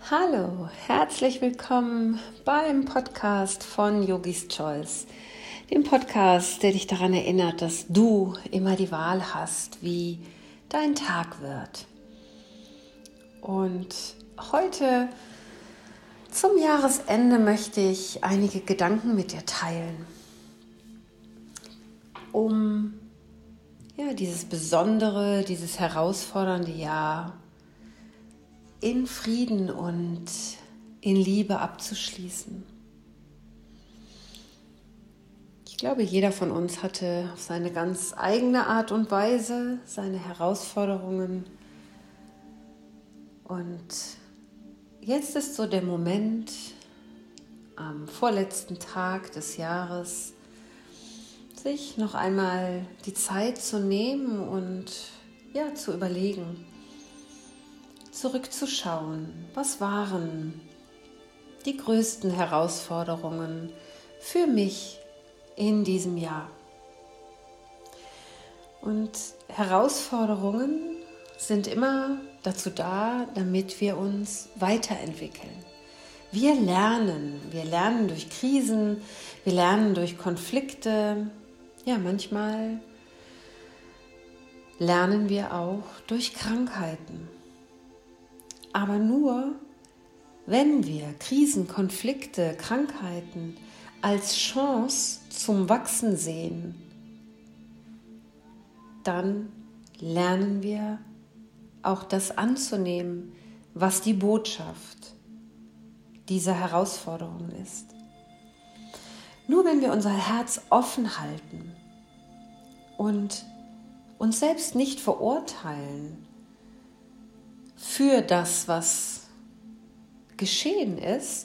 Hallo, herzlich willkommen beim Podcast von Yogis Choice, dem Podcast, der dich daran erinnert, dass du immer die Wahl hast, wie dein Tag wird. Und heute zum Jahresende möchte ich einige Gedanken mit dir teilen, um dieses besondere, dieses herausfordernde Jahr in Frieden und in Liebe abzuschließen. Ich glaube, jeder von uns hatte auf seine ganz eigene Art und Weise seine Herausforderungen. Und jetzt ist so der Moment, am vorletzten Tag des Jahres, sich noch einmal die Zeit zu nehmen und zu überlegen, zurückzuschauen, was waren die größten Herausforderungen für mich in diesem Jahr. Und Herausforderungen sind immer dazu da, damit wir uns weiterentwickeln. Wir lernen durch Krisen, wir lernen durch Konflikte, manchmal lernen wir auch durch Krankheiten. Aber nur, wenn wir Krisen, Konflikte, Krankheiten als Chance zum Wachsen sehen, dann lernen wir auch das anzunehmen, was die Botschaft dieser Herausforderung ist. Nur wenn wir unser Herz offen halten und uns selbst nicht verurteilen für das, was geschehen ist,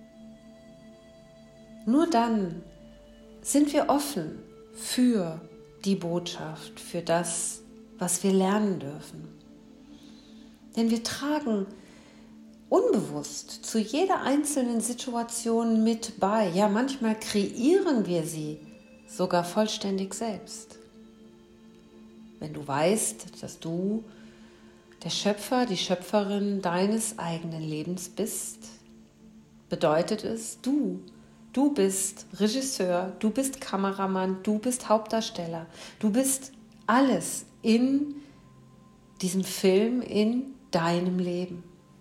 nur dann sind wir offen für die Botschaft, für das, was wir lernen dürfen. Denn wir tragen unbewusst zu jeder einzelnen Situation mit bei. Ja, manchmal kreieren wir sie sogar vollständig selbst. Wenn du weißt, dass du der Schöpfer, die Schöpferin deines eigenen Lebens bist, bedeutet es, du bist Regisseur, du bist Kameramann, du bist Hauptdarsteller, du bist alles in diesem Film, in deinem Leben.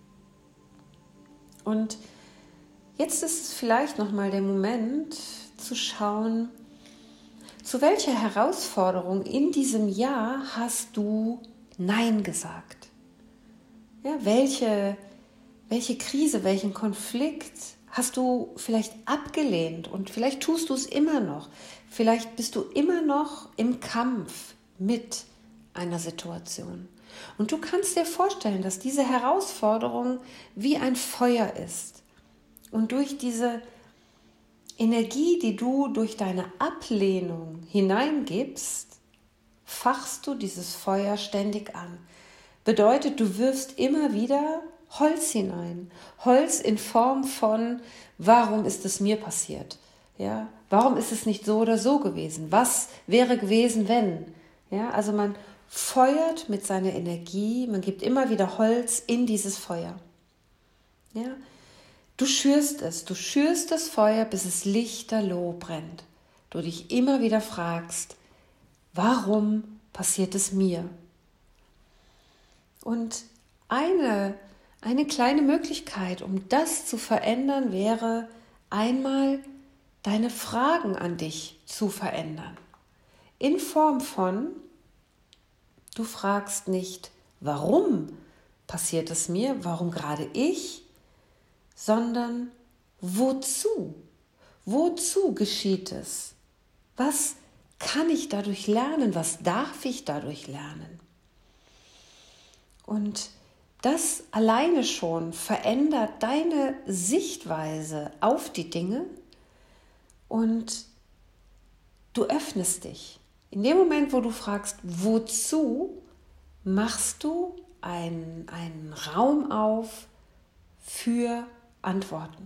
Und jetzt ist es vielleicht nochmal der Moment zu schauen, zu welcher Herausforderung in diesem Jahr hast du Nein gesagt? Ja, welche Krise, welchen Konflikt hast du vielleicht abgelehnt und vielleicht tust du es immer noch. Vielleicht bist du immer noch im Kampf mit einer Situation. Und du kannst dir vorstellen, dass diese Herausforderung wie ein Feuer ist. Und durch diese Energie, die du durch deine Ablehnung hineingibst, fachst du dieses Feuer ständig an. Bedeutet, du wirfst immer wieder Holz hinein. Holz in Form von, warum ist es mir passiert? Ja, warum ist es nicht so oder so gewesen? Was wäre gewesen, wenn? Ja, also man feuert mit seiner Energie, man gibt immer wieder Holz in dieses Feuer. Ja, du schürst das Feuer, bis es lichterloh brennt. Du dich immer wieder fragst, warum passiert es mir? Und eine kleine Möglichkeit, um das zu verändern, wäre einmal deine Fragen an dich zu verändern. In Form von, du fragst nicht, warum passiert es mir, warum gerade ich, sondern wozu? Wozu geschieht es? Was kann ich dadurch lernen? Was darf ich dadurch lernen? Und das alleine schon verändert deine Sichtweise auf die Dinge und du öffnest dich. In dem Moment, wo du fragst, wozu, machst du einen Raum auf für Antworten.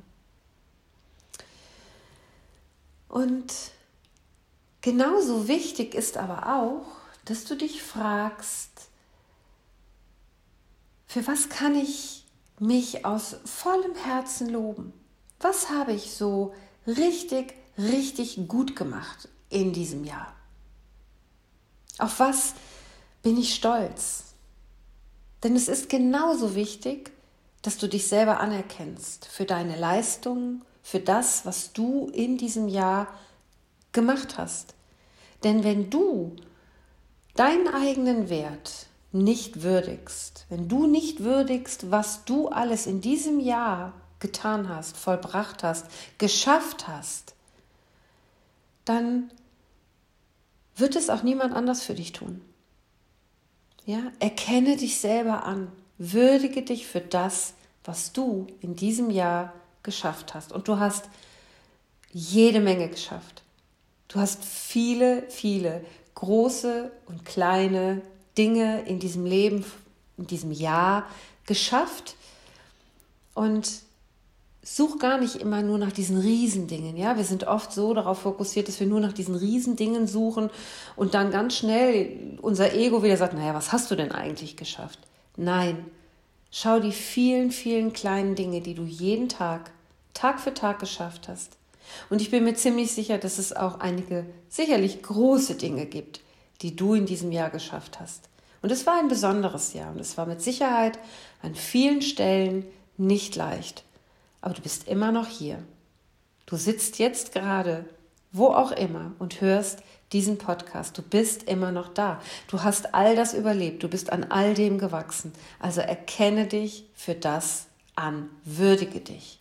Und genauso wichtig ist aber auch, dass du dich fragst, für was kann ich mich aus vollem Herzen loben. Was habe ich so richtig, richtig gut gemacht in diesem Jahr? Auf was bin ich stolz? Denn es ist genauso wichtig, dass du dich selber anerkennst für deine Leistungen, für das, was du in diesem Jahr gemacht hast. Denn wenn du deinen eigenen Wert nicht würdigst, wenn du nicht würdigst, was du alles in diesem Jahr getan hast, vollbracht hast, geschafft hast, dann wird es auch niemand anders für dich tun. Ja? Erkenne dich selber an, würdige dich für das, was du in diesem Jahr geschafft hast. Und du hast jede Menge geschafft. Du hast viele, viele große und kleine Dinge in diesem Leben, in diesem Jahr geschafft. Und such gar nicht immer nur nach diesen Riesendingen. Ja? Wir sind oft so darauf fokussiert, dass wir nur nach diesen Riesendingen suchen und dann ganz schnell unser Ego wieder sagt, naja, was hast du denn eigentlich geschafft? Nein, schau die vielen, vielen kleinen Dinge, die du jeden Tag, Tag für Tag geschafft hast. Und ich bin mir ziemlich sicher, dass es auch einige sicherlich große Dinge gibt, die du in diesem Jahr geschafft hast. Und es war ein besonderes Jahr und es war mit Sicherheit an vielen Stellen nicht leicht. Aber du bist immer noch hier. Du sitzt jetzt gerade, wo auch immer, und hörst diesen Podcast. Du bist immer noch da. Du hast all das überlebt. Du bist an all dem gewachsen. Also erkenne dich für das an. Würdige dich.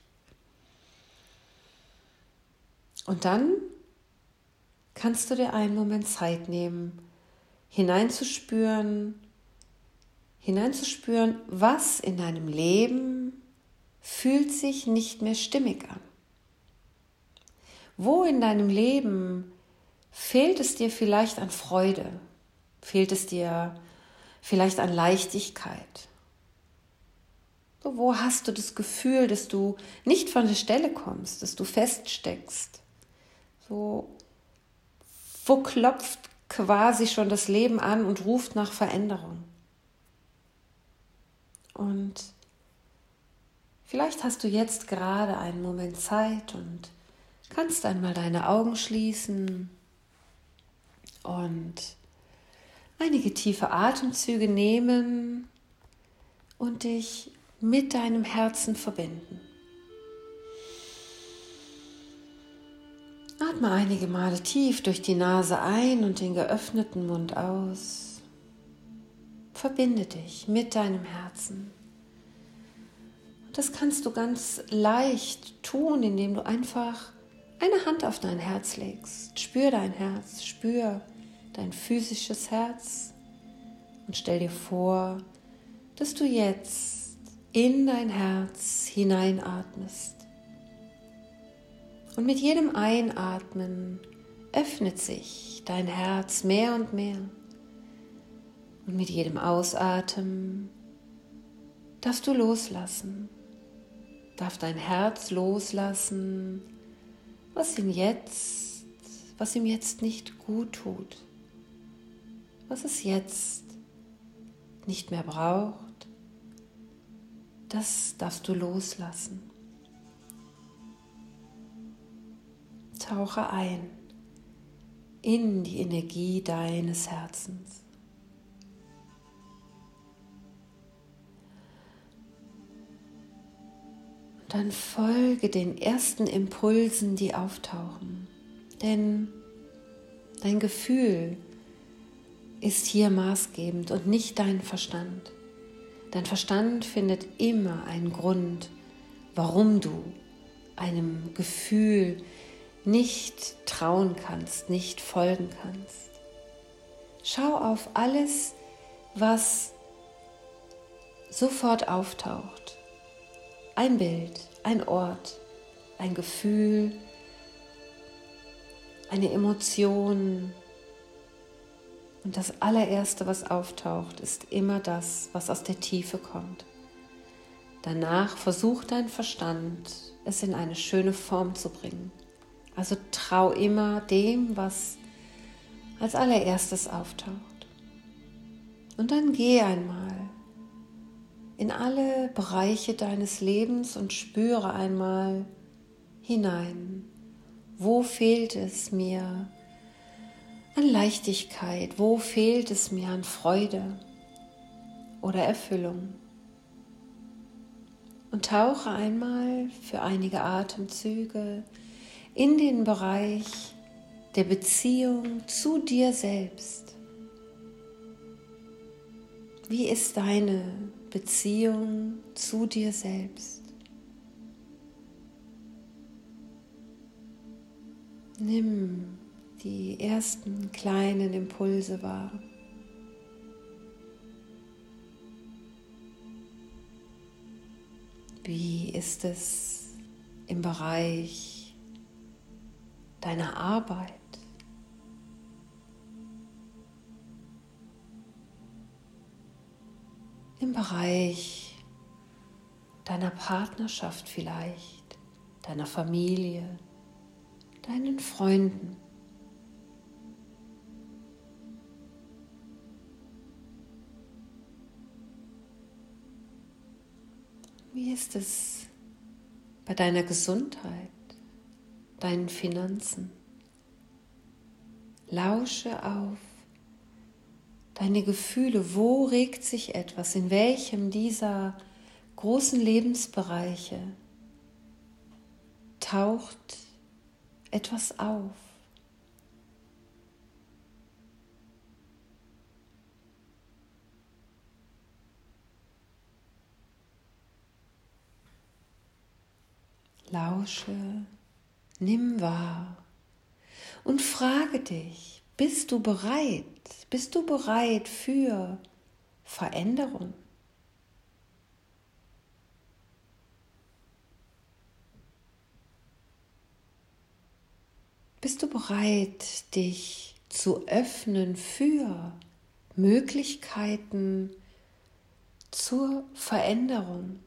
Und dann kannst du dir einen Moment Zeit nehmen, hineinzuspüren, was in deinem Leben fühlt sich nicht mehr stimmig an. Wo in deinem Leben fehlt es dir vielleicht an Freude? Fehlt es dir vielleicht an Leichtigkeit? Wo hast du das Gefühl, dass du nicht von der Stelle kommst, dass du feststeckst? So, wo klopft quasi schon das Leben an und ruft nach Veränderung? Und vielleicht hast du jetzt gerade einen Moment Zeit und kannst einmal deine Augen schließen und einige tiefe Atemzüge nehmen und dich mit deinem Herzen verbinden. Atme einige Male tief durch die Nase ein und den geöffneten Mund aus. Verbinde dich mit deinem Herzen. Das kannst du ganz leicht tun, indem du einfach eine Hand auf dein Herz legst. Spür dein Herz, spür dein physisches Herz und stell dir vor, dass du jetzt in dein Herz hineinatmest. Und mit jedem Einatmen öffnet sich dein Herz mehr und mehr. Und mit jedem Ausatmen darfst du loslassen. Darf dein Herz loslassen, was ihm jetzt nicht gut tut. Was es jetzt nicht mehr braucht, das darfst du loslassen. Tauche ein in die Energie deines Herzens. Und dann folge den ersten Impulsen, die auftauchen. Denn dein Gefühl ist hier maßgebend und nicht dein Verstand. Dein Verstand findet immer einen Grund, warum du einem Gefühl nicht trauen kannst, nicht folgen kannst. Schau auf alles, was sofort auftaucht. Ein Bild, ein Ort, ein Gefühl, eine Emotion. Und das allererste, was auftaucht, ist immer das, was aus der Tiefe kommt. Danach versucht dein Verstand, es in eine schöne Form zu bringen. Also trau immer dem, was als allererstes auftaucht. Und dann geh einmal in alle Bereiche deines Lebens und spüre einmal hinein. Wo fehlt es mir an Leichtigkeit? Wo fehlt es mir an Freude oder Erfüllung? Und tauche einmal für einige Atemzüge in den Bereich der Beziehung zu dir selbst. Wie ist deine Beziehung zu dir selbst? Nimm die ersten kleinen Impulse wahr. Wie ist es im Bereich deiner Arbeit? Im Bereich deiner Partnerschaft vielleicht, deiner Familie, deinen Freunden. Wie ist es bei deiner Gesundheit, deinen Finanzen? Lausche auf deine Gefühle. Wo regt sich etwas? In welchem dieser großen Lebensbereiche taucht etwas auf? Lausche, nimm wahr und frage dich, bist du bereit? Bist du bereit für Veränderung? Bist du bereit, dich zu öffnen für Möglichkeiten zur Veränderung?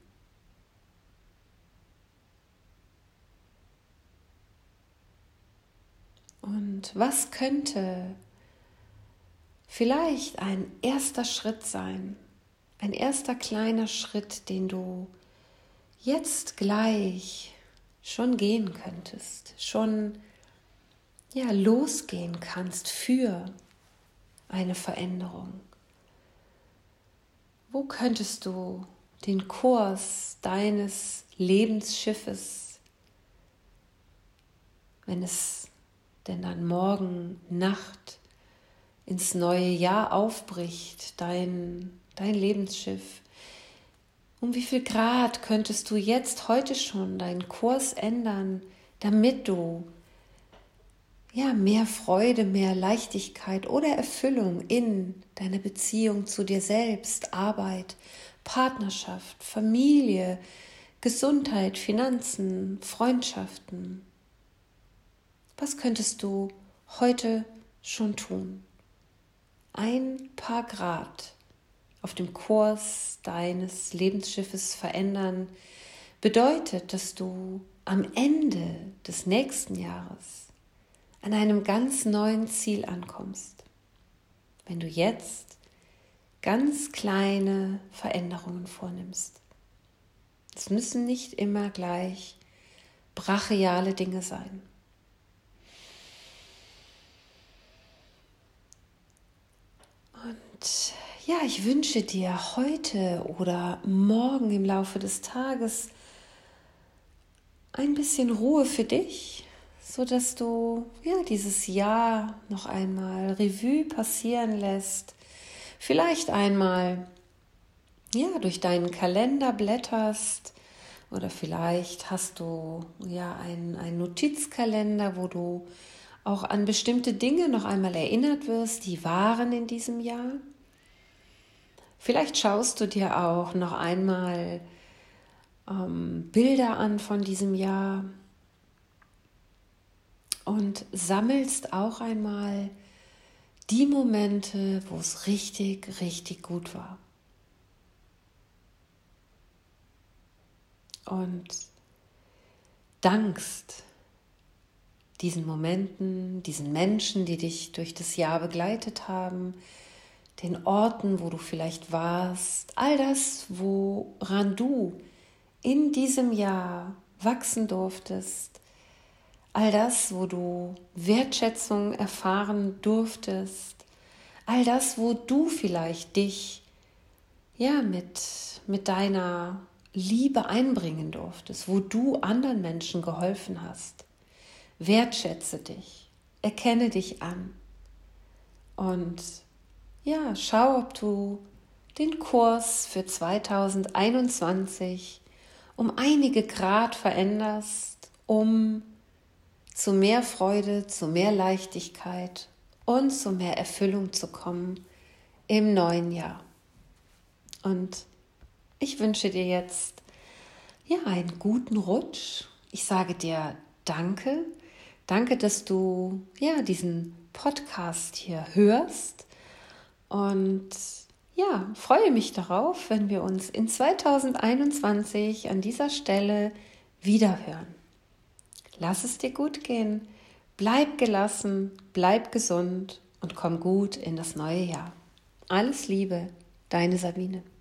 Und was könnte vielleicht ein erster Schritt sein, ein erster kleiner Schritt, den du jetzt gleich schon gehen könntest, schon losgehen kannst für eine Veränderung? Wo könntest du den Kurs deines Lebensschiffes, wenn es denn dann morgen Nacht ins neue Jahr aufbricht, dein Lebensschiff, um wie viel Grad könntest du jetzt heute schon deinen Kurs ändern, damit du mehr Freude, mehr Leichtigkeit oder Erfüllung in deiner Beziehung zu dir selbst, Arbeit, Partnerschaft, Familie, Gesundheit, Finanzen, Freundschaften. Was könntest du heute schon tun? Ein paar Grad auf dem Kurs deines Lebensschiffes verändern bedeutet, dass du am Ende des nächsten Jahres an einem ganz neuen Ziel ankommst, wenn du jetzt ganz kleine Veränderungen vornimmst. Es müssen nicht immer gleich brachiale Dinge sein. Und ich wünsche dir heute oder morgen im Laufe des Tages ein bisschen Ruhe für dich, sodass du dieses Jahr noch einmal Revue passieren lässt. Vielleicht einmal durch deinen Kalender blätterst oder vielleicht hast du einen Notizkalender, wo du auch an bestimmte Dinge noch einmal erinnert wirst, die waren in diesem Jahr. Vielleicht schaust du dir auch noch einmal Bilder an von diesem Jahr und sammelst auch einmal die Momente, wo es richtig, richtig gut war. Und dankst diesen Momenten, diesen Menschen, die dich durch das Jahr begleitet haben, den Orten, wo du vielleicht warst, all das, woran du in diesem Jahr wachsen durftest, all das, wo du Wertschätzung erfahren durftest, all das, wo du vielleicht dich mit deiner Liebe einbringen durftest, wo du anderen Menschen geholfen hast. Wertschätze dich, erkenne dich an und schau, ob du den Kurs für 2021 um einige Grad veränderst, um zu mehr Freude, zu mehr Leichtigkeit und zu mehr Erfüllung zu kommen im neuen Jahr. Und ich wünsche dir jetzt einen guten Rutsch. Ich sage dir Danke. Danke, dass du diesen Podcast hier hörst. Und freue mich darauf, wenn wir uns in 2021 an dieser Stelle wiederhören. Lass es dir gut gehen. Bleib gelassen, bleib gesund und komm gut in das neue Jahr. Alles Liebe, deine Sabine.